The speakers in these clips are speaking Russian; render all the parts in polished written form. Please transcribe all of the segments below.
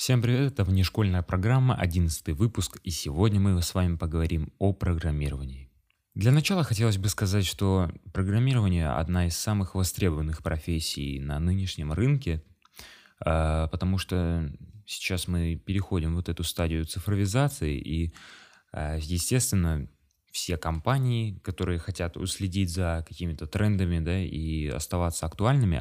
Всем привет, это внешкольная программа, 11 выпуск, и сегодня мы с вами поговорим о программировании. Для начала хотелось бы сказать, что программирование одна из самых востребованных профессий на нынешнем рынке, потому что сейчас мы переходим вот эту стадию цифровизации, и, естественно, все компании, которые хотят уследить за какими-то трендами, да, и оставаться актуальными,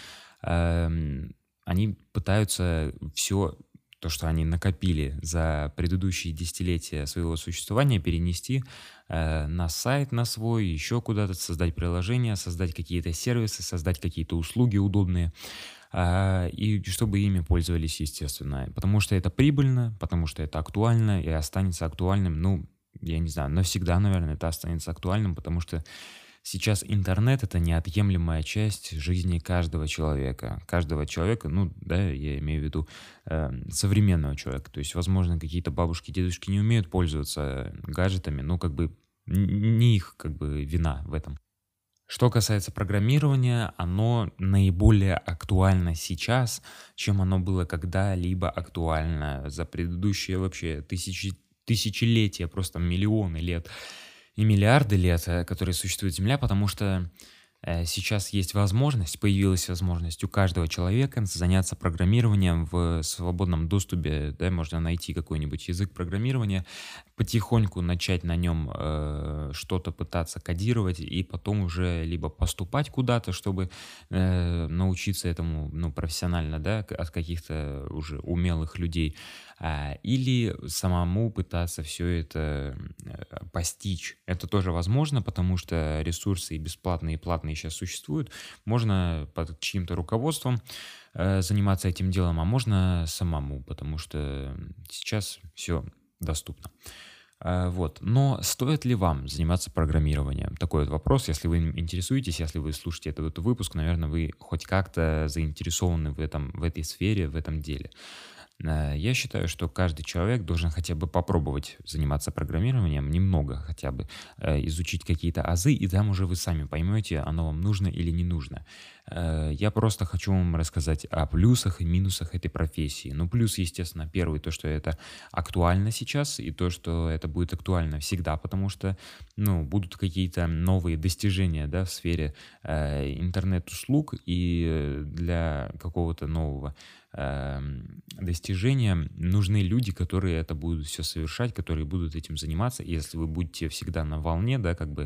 они пытаются все то, что они накопили за предыдущие десятилетия своего существования, перенести на сайт на свой, еще куда-то, создать приложение, создать какие-то сервисы, создать какие-то услуги удобные, и чтобы ими пользовались, естественно. Потому что это прибыльно, потому что это актуально и останется актуальным, ну, я не знаю, навсегда, наверное, это останется актуальным, потому что сейчас интернет — это неотъемлемая часть жизни каждого человека. Каждого человека, ну да, я имею в виду современного человека. То есть, возможно, какие-то бабушки, дедушки не умеют пользоваться гаджетами, но как бы не их как бы вина в этом. Что касается программирования, оно наиболее актуально сейчас, чем оно было когда-либо актуально за предыдущие вообще тысячелетия, просто миллионы лет и миллиарды лет, которые существует Земля, потому что сейчас есть возможность, появилась возможность у каждого человека заняться программированием в свободном доступе, да, можно найти какой-нибудь язык программирования, потихоньку начать на нем что-то пытаться кодировать и потом уже либо поступать куда-то, чтобы научиться этому, ну, профессионально, да, от каких-то уже умелых людей, или самому пытаться все это постичь. Это тоже возможно, потому что ресурсы и бесплатные, и платные сейчас существуют. Можно под чьим-то руководством заниматься этим делом, а можно самому, потому что сейчас все доступно. Вот. Но стоит ли вам заниматься программированием? Такой вот вопрос. Если вы им интересуетесь, если вы слушаете этот выпуск, наверное, вы хоть как-то заинтересованы в этой сфере, в этом деле. Я считаю, что каждый человек должен хотя бы попробовать заниматься программированием, немного хотя бы, изучить какие-то азы, и там уже вы сами поймете, оно вам нужно или не нужно. Я просто хочу вам рассказать о плюсах и минусах этой профессии. Ну, плюс, естественно, первый, то, что это актуально сейчас, и то, что это будет актуально всегда, потому что, ну, будут какие-то новые достижения, да, в сфере интернет-услуг, и для какого-то нового достижения нужны люди, которые это будут все совершать, которые будут этим заниматься. И если вы будете всегда на волне, да, как бы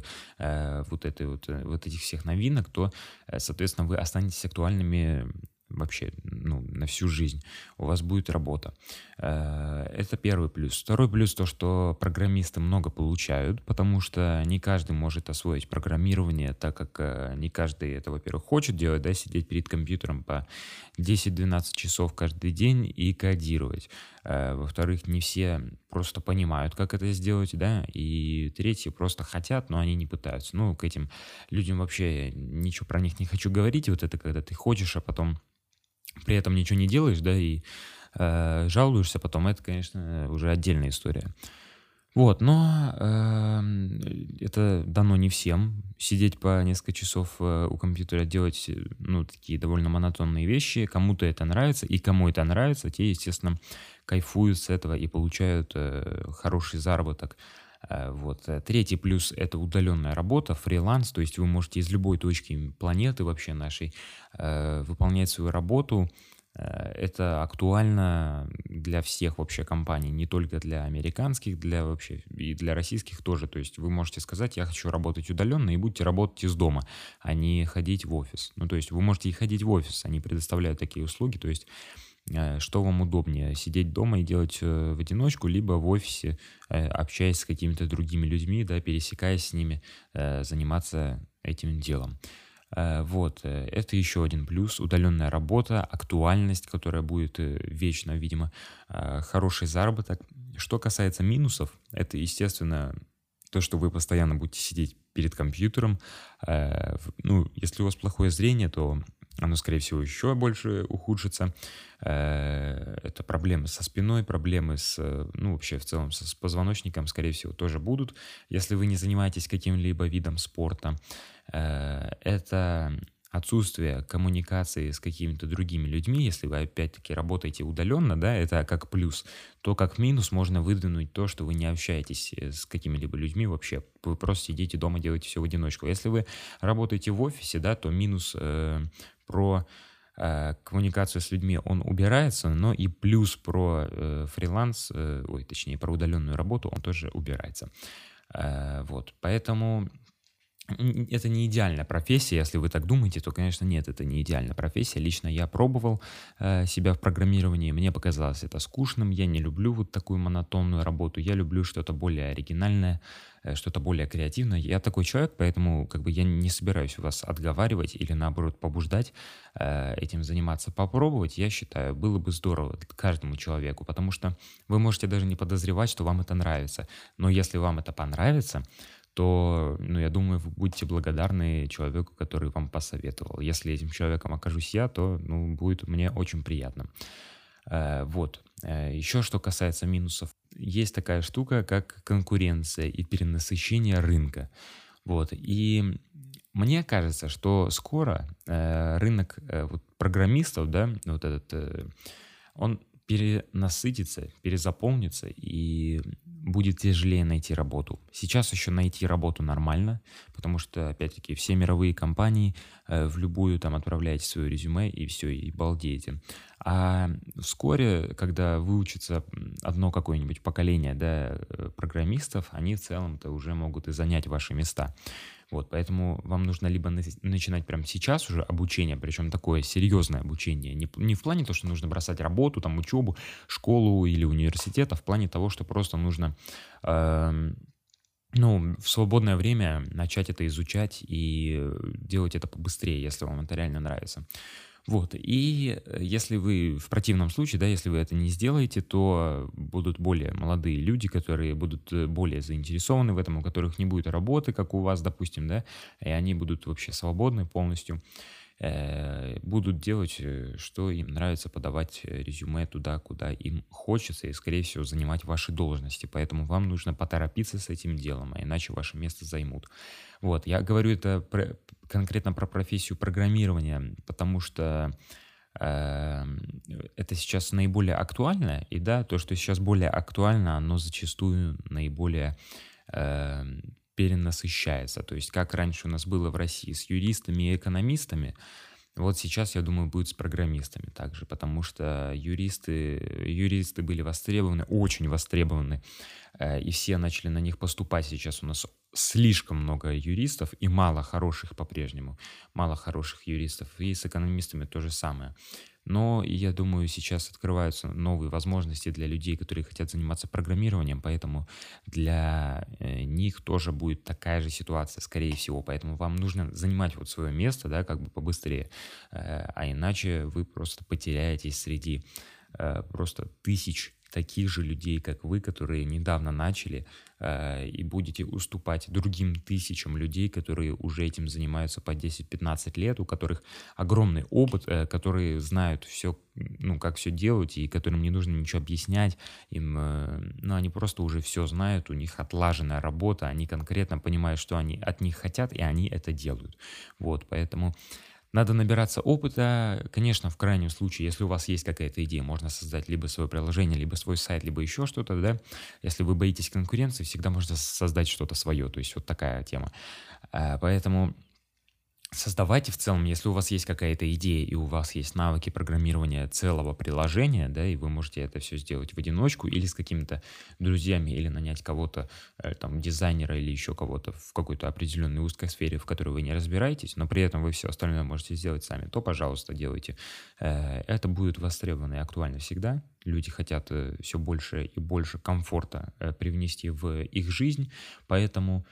вот этих всех новинок, то, соответственно, вы останетесь актуальными вообще, ну, на всю жизнь. У вас будет работа. Это первый плюс. Второй плюс — то, что программисты много получают, потому что не каждый может освоить программирование, так как не каждый это, во-первых, хочет делать, да, сидеть перед компьютером по 10-12 часов каждый день и кодировать. Во-вторых, не все просто понимают, как это сделать, да, и третьи просто хотят, но они не пытаются. Ну, к этим людям вообще ничего про них не хочу говорить. Вот это когда ты хочешь, а потом при этом ничего не делаешь, да, и жалуешься потом, это, конечно, уже отдельная история. Вот, но это дано не всем. Сидеть по несколько часов у компьютера, делать, ну, такие довольно монотонные вещи. Кому-то это нравится, и кому это нравится, те, естественно, кайфуют с этого и получают хороший заработок. Вот. Третий плюс — это удаленная работа, фриланс, то есть вы можете из любой точки планеты вообще нашей выполнять свою работу. Это актуально для всех вообще компаний, не только для американских, для вообще и для российских тоже. То есть вы можете сказать: я хочу работать удаленно, и будете работать из дома, а не ходить в офис. Ну, то есть вы можете и ходить в офис, они предоставляют такие услуги. То есть что вам удобнее: сидеть дома и делать в одиночку, либо в офисе, общаясь с какими-то другими людьми, да, пересекаясь с ними, заниматься этим делом. Вот, это еще один плюс. Удаленная работа, актуальность, которая будет вечно, видимо, хороший заработок. Что касается минусов, это, естественно, то, что вы постоянно будете сидеть перед компьютером. Ну, если у вас плохое зрение, то оно, скорее всего, еще больше ухудшится. Это проблемы со спиной, проблемы ну, вообще в целом с позвоночником, скорее всего, тоже будут, если вы не занимаетесь каким-либо видом спорта. Это отсутствие коммуникации с какими-то другими людьми, если вы опять-таки работаете удаленно, да, это как плюс, то как минус можно выдвинуть то, что вы не общаетесь с какими-либо людьми вообще. Вы просто сидите дома, делаете все в одиночку. Если вы работаете в офисе, да, то минус про коммуникацию с людьми, он убирается, но и плюс про фриланс, точнее, про удаленную работу, он тоже убирается. Вот, поэтому это не идеальная профессия, если вы так думаете, то, конечно, нет, это не идеальная профессия. Лично я пробовал себя в программировании, мне показалось это скучным, я не люблю вот такую монотонную работу, я люблю что-то более оригинальное, что-то более креативное. Я такой человек, поэтому как бы я не собираюсь вас отговаривать или наоборот побуждать этим заниматься. Попробовать, я считаю, было бы здорово каждому человеку, потому что вы можете даже не подозревать, что вам это нравится. Но если вам это понравится, то, я думаю, вы будете благодарны человеку, который вам посоветовал. Если этим человеком окажусь я, то, будет мне очень приятно. Вот. Еще что касается минусов. Есть такая штука, как конкуренция и перенасыщение рынка. Вот. И мне кажется, что скоро рынок вот программистов, да, вот этот, он перенасытится, перезаполнится и будет тяжелее найти работу. Сейчас еще найти работу нормально, потому что, опять-таки, все мировые компании в любую там отправляете свое резюме и все, и балдеете. А вскоре, когда выучится одно какое-нибудь поколение, да, программистов, они в целом-то уже могут и занять ваши места. Вот, поэтому вам нужно либо начинать прямо сейчас уже обучение, причем такое серьезное обучение, не в плане того, что нужно бросать работу, там, учебу, школу или университет, а в плане того, что просто нужно в свободное время начать это изучать и делать это побыстрее, если вам это реально нравится. Вот, и если вы в противном случае, да, если вы это не сделаете, то будут более молодые люди, которые будут более заинтересованы в этом, у которых не будет работы, как у вас, допустим, да, и они будут вообще свободны полностью, будут делать, что им нравится, подавать резюме туда, куда им хочется, и, скорее всего, занимать ваши должности. Поэтому вам нужно поторопиться с этим делом, а иначе ваше место займут. Вот, я говорю это конкретно про профессию программирования, потому что это сейчас наиболее актуально, и да, то, что сейчас более актуально, оно зачастую наиболее перенасыщается. То есть как раньше у нас было в России с юристами и экономистами, вот сейчас, я думаю, будет с программистами также, потому что юристы были востребованы, очень востребованы, и все начали на них поступать. Сейчас у нас слишком много юристов и мало хороших по-прежнему, мало хороших юристов, и с экономистами то же самое. Но я думаю, сейчас открываются новые возможности для людей, которые хотят заниматься программированием, поэтому для них тоже будет такая же ситуация, скорее всего. Поэтому вам нужно занимать вот свое место, да, как бы побыстрее, а иначе вы просто потеряетесь среди просто тысяч таких же людей, как вы, которые недавно начали, и будете уступать другим тысячам людей, которые уже этим занимаются по 10-15 лет, у которых огромный опыт, которые знают все, как все делать, и которым не нужно ничего объяснять, они просто уже все знают, у них отлаженная работа, они конкретно понимают, что они от них хотят, и они это делают. Вот, поэтому надо набираться опыта. Конечно, в крайнем случае, если у вас есть какая-то идея, можно создать либо свое приложение, либо свой сайт, либо еще что-то, да. Если вы боитесь конкуренции, всегда можно создать что-то свое. То есть вот такая тема. Поэтому создавайте в целом, если у вас есть какая-то идея и у вас есть навыки программирования целого приложения, да, и вы можете это все сделать в одиночку или с какими-то друзьями, или нанять кого-то, там, дизайнера или еще кого-то в какой-то определенной узкой сфере, в которой вы не разбираетесь, но при этом вы все остальное можете сделать сами, то, пожалуйста, делайте. Это будет востребовано и актуально всегда. Люди хотят все больше и больше комфорта привнести в их жизнь, поэтому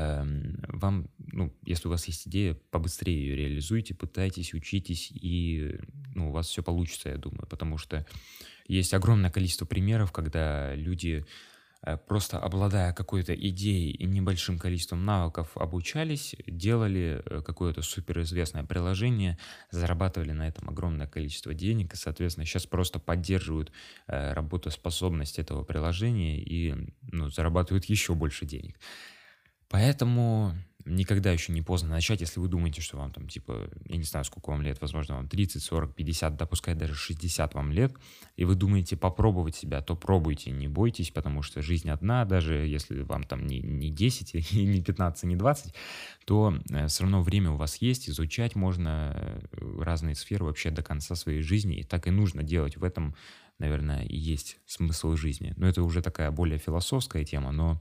вам, если у вас есть идея, побыстрее ее реализуйте, пытайтесь, учитесь, и у вас все получится, я думаю, потому что есть огромное количество примеров, когда люди, просто обладая какой-то идеей и небольшим количеством навыков, обучались, делали какое-то суперизвестное приложение, зарабатывали на этом огромное количество денег, и, соответственно, сейчас просто поддерживают работоспособность этого приложения и зарабатывают еще больше денег. Поэтому никогда еще не поздно начать, если вы думаете, что вам там, типа, я не знаю, сколько вам лет, возможно, вам 30, 40, 50, да пускай даже 60 вам лет, и вы думаете попробовать себя, то пробуйте, не бойтесь, потому что жизнь одна, даже если вам там не 10, и не 15, не 20, то все равно время у вас есть, изучать можно разные сферы вообще до конца своей жизни, и так и нужно делать. В этом, наверное, и есть смысл жизни. Но это уже такая более философская тема, но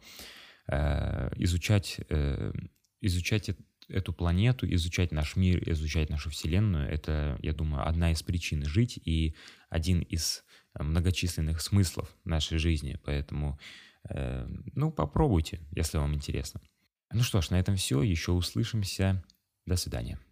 изучать эту планету, изучать наш мир, изучать нашу Вселенную — это, я думаю, одна из причин жить и один из многочисленных смыслов нашей жизни. Поэтому, ну, попробуйте, если вам интересно. Ну что ж, на этом все. Еще услышимся. До свидания.